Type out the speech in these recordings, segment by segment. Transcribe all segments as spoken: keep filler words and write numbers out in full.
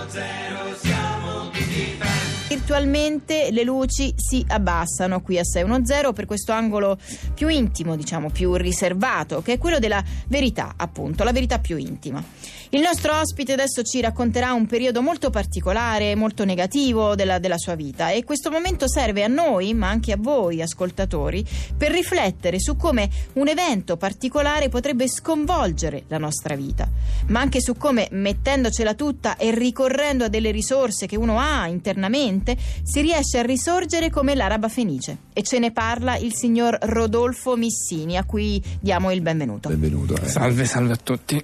Virtualmente le luci si abbassano qui a sei uno zero per questo angolo più intimo, diciamo più riservato, che è quello della verità, appunto, la verità più intima. Il nostro ospite adesso ci racconterà un periodo molto particolare, molto negativo della, della sua vita, e questo momento serve a noi, ma anche a voi ascoltatori, per riflettere su come un evento particolare potrebbe sconvolgere la nostra vita, ma anche su come, mettendocela tutta e ricorrendo a delle risorse che uno ha internamente, si riesce a risorgere come l'araba fenice. E ce ne parla il signor Rodolfo Missini, a cui diamo il benvenuto. Benvenuto. Eh. Salve, salve a tutti.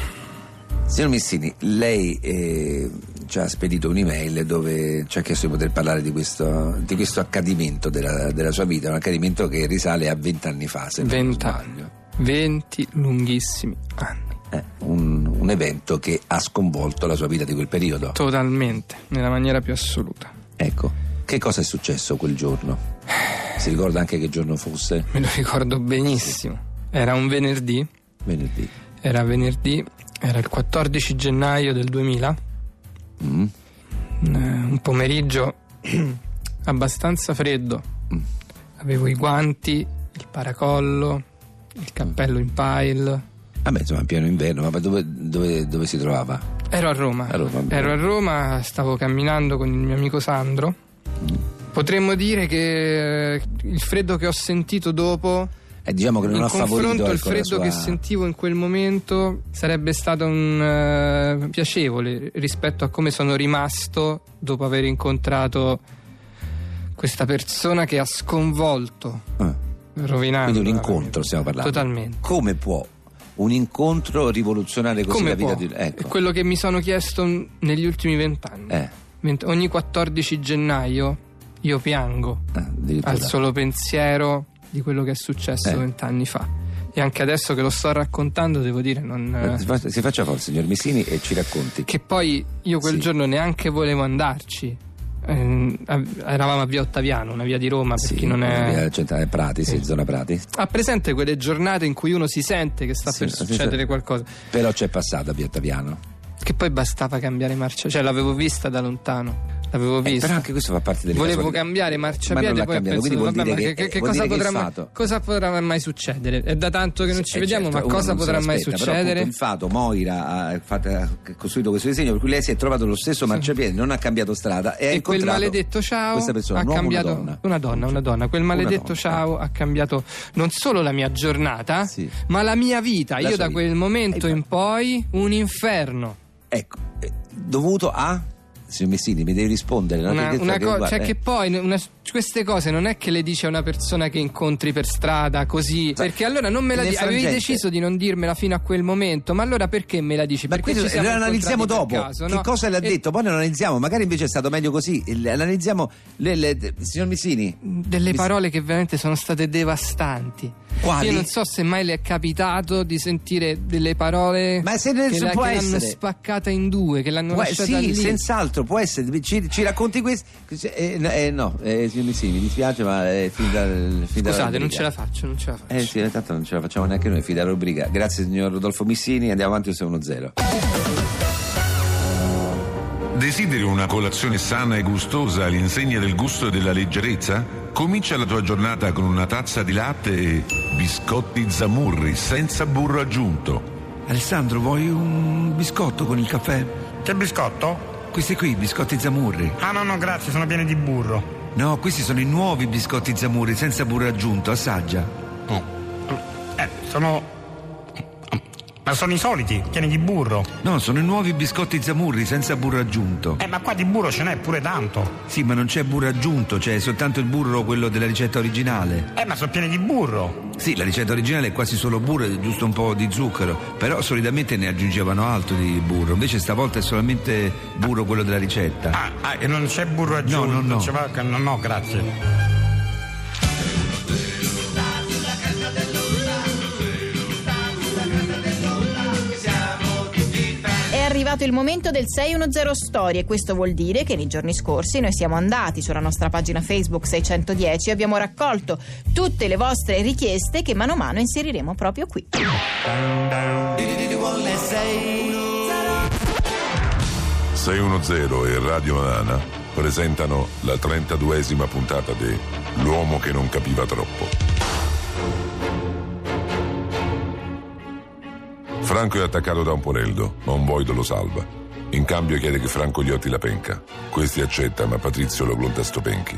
Signor Missini, lei eh, ci ha spedito un'email dove ci ha chiesto di poter parlare di questo, di questo accadimento della, della sua vita, un accadimento che risale a vent'anni fa, se non sbaglio. venti lunghissimi anni. Eh, un, un evento che ha sconvolto la sua vita di quel periodo. Totalmente, nella maniera più assoluta. Ecco, che cosa è successo quel giorno? Si ricorda anche che giorno fosse? Me lo ricordo benissimo. Era un venerdì. Venerdì. Era venerdì, era il quattordici gennaio del duemila. Mm. Un pomeriggio abbastanza freddo. Mm. Avevo i guanti, il paracollo, il cappello in pile. Vabbè, insomma, in pieno inverno, ma dove, dove, dove si trovava? Ero a Roma. A Roma Ero a Roma, stavo camminando con il mio amico Sandro. Mm. Potremmo dire che il freddo che ho sentito dopo, Eh, diciamo che non in ha favorito confronto il ecco, freddo la sua... che sentivo in quel momento, sarebbe stato un uh, piacevole rispetto a come sono rimasto dopo aver incontrato questa persona che ha sconvolto, ah. rovinando. Quindi un incontro stiamo parlando. Totalmente. Come può un incontro rivoluzionare così come la vita può? di... Ecco. È quello che mi sono chiesto negli ultimi vent'anni. Eh. Ogni quattordici gennaio io piango Ah, al solo pensiero di quello che è successo Eh. vent'anni fa, e anche adesso che lo sto raccontando devo dire non Eh, si, faccia, si faccia forza, signor Missini, e ci racconti. che poi io quel Sì. giorno neanche volevo andarci. Eh, eravamo a via Ottaviano, una via di Roma, per Sì, chi non è via centrale Prati, sì, Sì. zona Prati. ha presente quelle giornate in cui uno si sente che sta Sì, per sì, succedere sì. qualcosa, Però c'è passata via Ottaviano. che poi bastava cambiare marcia, cioè l'avevo vista da lontano, l'avevo Eh, vista. però anche questo fa parte delle Volevo casualità. cambiare Ma marciapiede, non l'ha poi ho cambiato, pensato, quindi vuol vabbè, dire ma che, che, che vuol cosa, dire che potrà il mai, fato... cosa potrà mai succedere? È da tanto che non ci Eh, vediamo, certo, ma uno cosa non se potrà mai l'aspetta, però succedere? appunto il fato, Moira ha, fatto, ha costruito questo disegno per cui lei si è trovato lo stesso marciapiede, non ha cambiato strada e, ha E quel incontrato maledetto ciao questa persona, ha un uomo, cambiato una donna. una donna, una donna. Quel maledetto donna. ciao ha cambiato non solo la mia giornata, Sì. ma la mia vita. La Io sua da vita. quel momento E in poi un inferno. Ecco, eh, dovuto a... Signor Missini, mi devi rispondere. No? Una, Che- una che- co- guarda, cioè eh. che poi una- queste cose non è che le dici a una persona che incontri per strada così, Sai, perché allora non me la nel dici. Avevi frangente- deciso di non dirmela fino a quel momento, ma allora perché me la dici? Ma Perché questo ci siamo lo analizziamo incontrati dopo. per caso, Che no? cosa le ha E- detto? Poi ne analizziamo. Magari invece è stato meglio così. Il- Analizziamo le, le- signor Missini. Delle Mi- parole che veramente sono state devastanti. Quali? Io non so se mai le è capitato di sentire delle parole Ma se ne- che, la- può che l'hanno essere. spaccata in due, che l'hanno Può- lasciata sì, lì. senz'altro, può essere. Ci, ci racconti questo? Eh, eh, no, eh, signor Missini, mi dispiace, ma è fin dal, fin dalla Scusate, non rubrica. ce la faccio, non ce la faccio. Eh sì, tanto non ce la facciamo neanche noi, fin dalla rubrica. Grazie signor Rodolfo Missini, andiamo avanti su uno zero. Desideri una colazione sana e gustosa all'insegna del gusto e della leggerezza? Comincia la tua giornata con una tazza di latte e biscotti Zamurri senza burro aggiunto. Alessandro, vuoi un biscotto con il caffè? Che biscotto? Questi qui, biscotti Zamurri. Ah no no grazie, sono pieni di burro. No, questi sono i nuovi biscotti Zamurri senza burro aggiunto, assaggia. Oh. Eh, sono... Ma sono i soliti, pieni di burro. No, sono i nuovi biscotti Zamurri senza burro aggiunto. Eh ma qua di burro ce n'è pure tanto. Sì, ma non c'è burro aggiunto, c'è soltanto il burro, quello della ricetta originale. Eh ma sono pieni di burro. Sì, la ricetta originale è quasi solo burro e giusto un po' di zucchero, però solitamente ne aggiungevano altro di burro, invece stavolta è solamente burro quello della ricetta. Ah, ah e non c'è burro aggiunto? No, no, no. C'è va- no, no, grazie. È arrivato il momento del sei uno zero Storie. Questo vuol dire che nei giorni scorsi noi siamo andati sulla nostra pagina Facebook seicentodieci e abbiamo raccolto tutte le vostre richieste che mano a mano inseriremo proprio qui. sei uno zero e Radio Nana presentano la trentaduesima puntata di L'uomo che non capiva troppo. Franco è attaccato da un porello, ma un voido lo salva. In cambio chiede che Franco gli otti la penca. Questi accetta, ma Patrizio lo glonta sto penchi.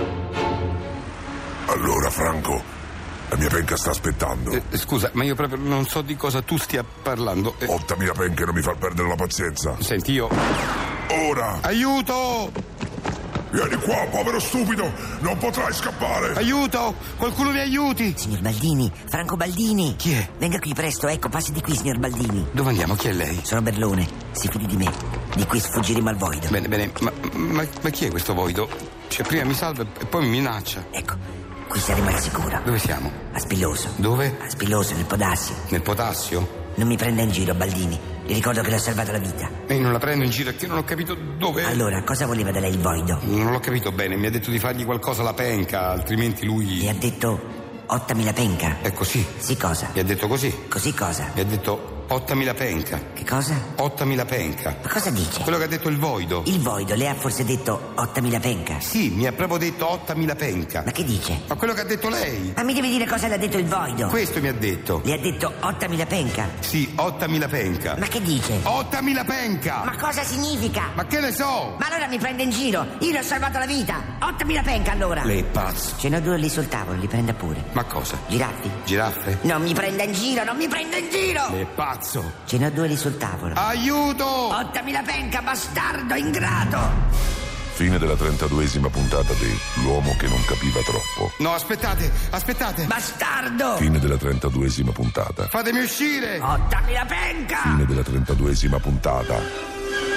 Allora, Franco, la mia penca sta aspettando. Eh, scusa, ma io proprio non so di cosa tu stia parlando. Eh, Ottamila penche, non mi far perdere la pazienza. Senti, io... Ora! Aiuto! Vieni qua, povero stupido! Non potrai scappare! Aiuto! Qualcuno mi aiuti! Signor Baldini, Franco Baldini. Chi è? Venga qui presto, ecco, passi di qui, signor Baldini. Dove andiamo? Chi è lei? Sono Berlone, si fidi di me. Di qui sfuggiremo al voido. Bene, bene, ma, ma, ma chi è questo voido? Cioè, prima mi salva e poi mi minaccia. Ecco, qui saremo al sicuro. Dove siamo? A Spilloso. Dove? A Spilloso, nel Podassio. Nel potassio? Non mi prenda in giro, Baldini. Le ricordo che le ho salvato la vita. E non la prendo in giro perché non ho capito dove. Allora, cosa voleva da lei il voido? Non l'ho capito bene, mi ha detto di fargli qualcosa alla penca, altrimenti lui... Le ha detto ottamila penca? È così. Sì, cosa? Mi ha detto così. Così cosa? Mi ha detto ottamila penca. Che cosa? ottamila penca. Ma cosa dice? Quello che ha detto il voido. Il voido le ha forse detto ottamila penca? Sì, mi ha proprio detto ottamila penca. Ma che dice? Ma quello che ha detto lei. Ma mi deve dire cosa le ha detto il voido? Questo mi ha detto. Le ha detto ottamila penca? Sì, ottamila penca. Ma che dice? ottamila penca! Ma cosa significa? Ma che ne so? Ma allora mi prende in giro? Io le ho salvato la vita! ottamila penca allora! Lei è pazzo. Ce n'ho due lì sul tavolo, li prenda pure. Ma cosa? Giraffi? Giraffe? Non mi prenda in giro, non mi prenda in giro! Lei è pazzo. Ce n'ho due lì sul tavolo. Aiuto! ottamila penca, bastardo, ingrato! Fine della trentaduesima puntata di L'uomo che non capiva troppo. No, aspettate, aspettate. Bastardo! Fine della trentaduesima puntata. Fatemi uscire! ottamila penca! Fine della trentaduesima puntata.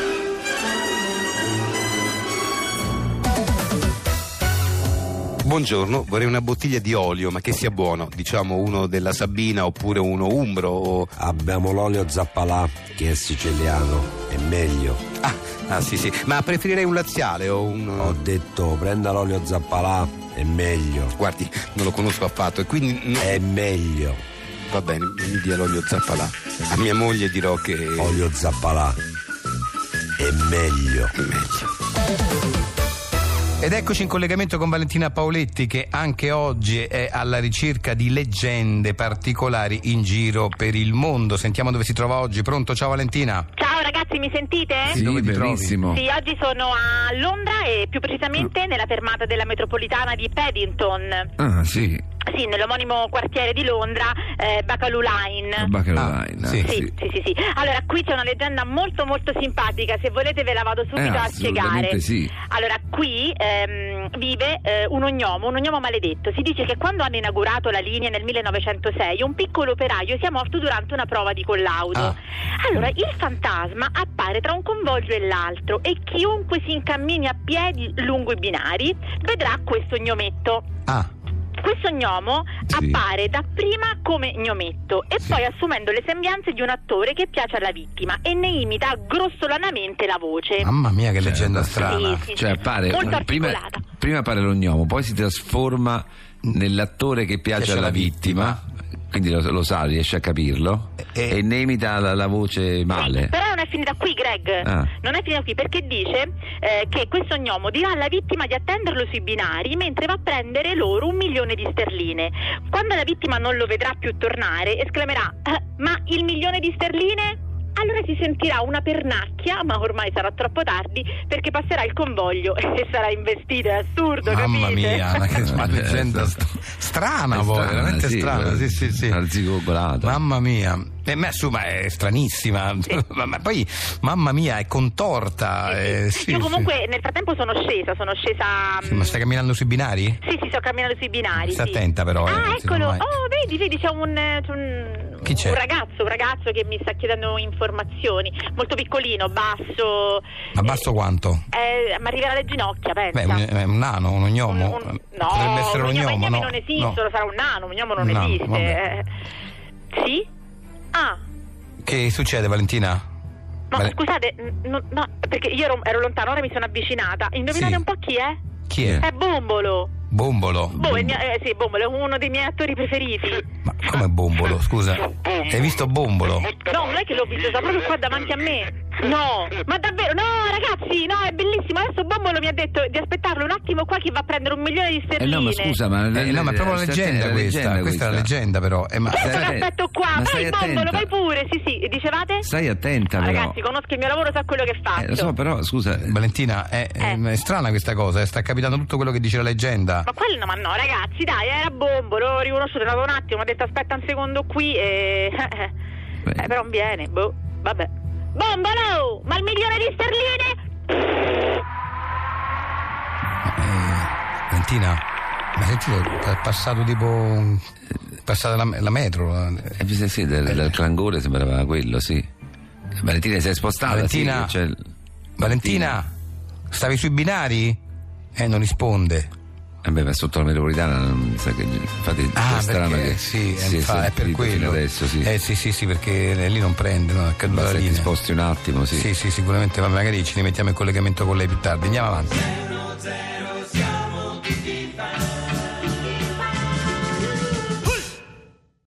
Buongiorno, vorrei una bottiglia di olio, ma che sia buono, diciamo uno della Sabina oppure uno umbro o... Abbiamo l'olio Zappalà, che è siciliano, è meglio. Ah, ah sì sì, ma preferirei un laziale o un... Ho detto, prenda l'olio Zappalà, è meglio. Guardi, non lo conosco affatto e quindi... No... È meglio. Va bene, mi dia l'olio Zappalà. A mia moglie dirò che... Olio Zappalà, è meglio. È meglio. Ed eccoci in collegamento con Valentina Paoletti, che anche oggi è alla ricerca di leggende particolari in giro per il mondo. Sentiamo dove si trova oggi. Pronto? Ciao Valentina. Ciao ragazzi, mi sentite? Sì, dove ti benissimo. Sì, oggi sono a Londra e più precisamente nella fermata della metropolitana di Paddington. Ah, sì. Sì, nell'omonimo quartiere di Londra, eh, Bakerloo Line. Baccalà, Ah, sì, Sì, sì, sì, sì. Allora, qui c'è una leggenda molto molto simpatica, se volete ve la vado subito Eh, a spiegare. assolutamente sì. Allora, qui ehm, vive eh, un ognomo, un ognomo maledetto. Si dice che quando hanno inaugurato la linea nel millenovecentosei, un piccolo operaio sia morto durante una prova di collaudo. Ah. Allora, il fantasma appare tra un convoglio e l'altro e chiunque si incammini a piedi lungo i binari vedrà questo gnometto. Ah. Questo gnomo Sì. appare dapprima come gnometto e poi assumendo le sembianze di un attore che piace alla vittima e ne imita grossolanamente la voce. Mamma mia, che leggenda Sì, strana. Sì, sì, Cioè sì. appare Molto prima, articolata. prima appare lo gnomo, poi si trasforma nell'attore che piace Piace alla alla vittima, quindi lo, lo sa, riesce a capirlo E- e ne imita la, la voce male. Sì, però non è finita qui, Greg. Ah. Non è finita qui perché dice eh, che questo gnomo dirà alla vittima di attenderlo sui binari mentre va a prendere loro un milione di sterline. Quando la vittima non lo vedrà più tornare, esclamerà: "Eh, ma il milione di sterline?" Allora si sentirà una pernacchia, ma ormai sarà troppo tardi perché passerà il convoglio e sarà investito. È assurdo, Mamma capite? mia, ma che una Eh, leggenda esatto. st- strana È poi, strana, veramente sì, strana. Sì, sì, sì. arzigogolata. Mamma mia. E me insomma è stranissima, ma, ma poi mamma mia è contorta. eh, sì, Io sì. comunque nel frattempo sono scesa, sono scesa. Sì, ma stai camminando sui binari? Sì, sì, sto camminando sui binari. Stai sì. attenta però, eh, Ah, non si sa eccolo. mai. Oh, vedi, vedi, c'è un, c'è un, Chi c'è? un ragazzo, un ragazzo che mi sta chiedendo informazioni. Molto piccolino, basso. Ma basso quanto? Eh, ma arriverà alle ginocchia, pensa. Beh, un, è un nano, un ognomo. Un- un- no, Potrebbe essere un un gnomo, ognomo, gnomi no? non esistono, No. sarà un nano, un gnomo non Un nano, esiste. vabbè. Eh, sì? Ah. Che succede, Valentina? No, Vale- scusate, n- no, no, perché io ero, ero lontano, ora mi sono avvicinata. Indovinate Sì. un po' chi è? Chi è? È Bombolo. Bombolo. Boh, il mio- eh, sì, Bombolo è uno dei miei attori preferiti. Ma come Bombolo, scusa? Hai visto Bombolo? No, non è che l'ho visto, sta proprio qua davanti a me. No, ma davvero? No, ragazzi, no, è bellissimo. Adesso Bombolo mi ha detto di aspettarlo un attimo qua che va a prendere un milione di sterline. Eh no, ma scusa, ma, eh, no, ma è proprio la leggenda, la questa, leggenda questa è la leggenda però. Eh, ma adesso lo aspetto qua, ma vai Bombolo, vai pure, sì sì, dicevate? Stai attenta, no, però. Ragazzi, conosco il mio lavoro, so quello che faccio. Eh, lo so, però, scusa. Valentina, è, eh. è strana questa cosa, eh, sta capitando tutto quello che dice la leggenda. Ma quello, ma no, ragazzi, dai, era Bombolo, l'ho riconosciuto, è stato un attimo, mi ha detto aspetta un secondo qui e... eh, però non viene, boh, vabbè. Bombolo, ma il milione di sterline? Eh, Valentina, ma sentito, è passato tipo... è passata la, la metro. La... Eh, sì, sì, del, del clangore sembrava quello, sì. Valentina si è spostata. Valentina, sì, Valentina, stavi sui binari? Eh, non risponde. Eh beh, ma sotto la metropolitana non mi sa che infatti ah, è strano perché, che sì, si fa, è per quello adesso, sì. Eh sì sì sì, perché lì non prende, no? È caduta la linea. Ti sposti un attimo, sì. Sì, sì, sicuramente, ma magari ci rimettiamo in collegamento con lei più tardi. Andiamo avanti.